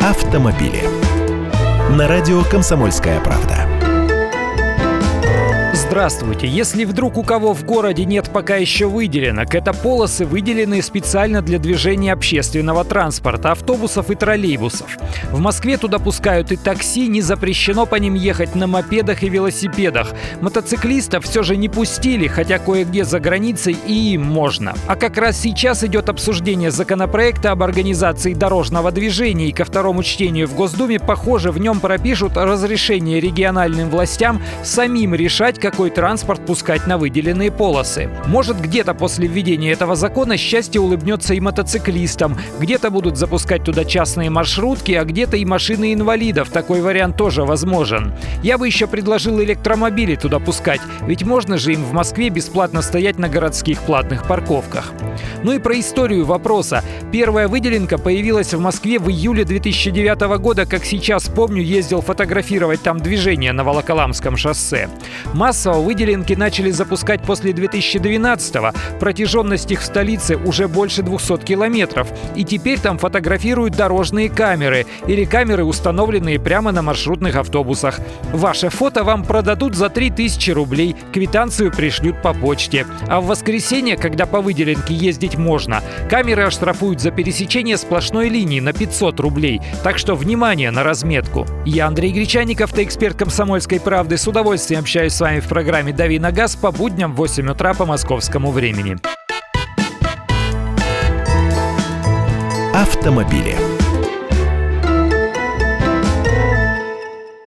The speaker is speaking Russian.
Автомобили. На радио «Комсомольская правда». Здравствуйте! Если вдруг у кого в городе нет пока еще выделенок, это полосы, выделенные специально для движения общественного транспорта, автобусов и троллейбусов. В Москве туда пускают и такси, не запрещено по ним ехать на мопедах и велосипедах. Мотоциклистов все же не пустили, хотя кое-где за границей и им можно. А как раз сейчас идет обсуждение законопроекта об организации дорожного движения, и ко второму чтению в Госдуме, похоже, в нем пропишут разрешение региональным властям самим решать, какой транспорт пускать на выделенные полосы. Может, где-то после введения этого закона счастье улыбнется и мотоциклистам, где-то будут запускать туда частные маршрутки, а где-то и машины инвалидов. Такой вариант тоже возможен. Я бы еще предложил электромобили туда пускать, ведь можно же им в Москве бесплатно стоять на городских платных парковках. Ну и про историю вопроса. Первая выделенка появилась в Москве в июле 2009 года, как сейчас помню, ездил фотографировать там движение на Волоколамском шоссе. Массово выделенки начали запускать после 2012-го. Протяженность их в столице уже больше 200 километров. И теперь там фотографируют дорожные камеры или камеры, установленные прямо на маршрутных автобусах. Ваше фото вам продадут за 3000 рублей, квитанцию пришлют по почте. А в воскресенье, когда по выделенке ездить можно, камеры оштрафуют за пересечение сплошной линии на 500 рублей. Так что внимание на разметку. Я Андрей Гречанников, автоэксперт «Комсомольской правды». С удовольствием общаюсь с вами в программе «Дави на газ» по будням в 8 утра по московскому времени. Автомобили.